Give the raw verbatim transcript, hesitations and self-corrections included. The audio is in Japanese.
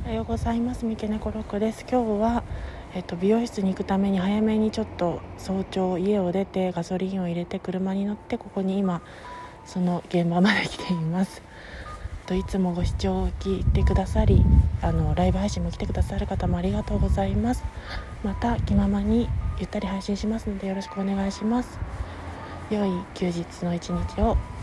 おはようございます。三毛猫ロックです。今日は、えっと、美容室に行くために早めにちょっと早朝家を出てガソリンを入れて車に乗ってここに今その現場まで来ています。といつもご視聴を聞いてくださりあのライブ配信も来てくださる方もありがとうございます。また気ままにゆったり配信しますのでよろしくお願いします。良い休日の一日を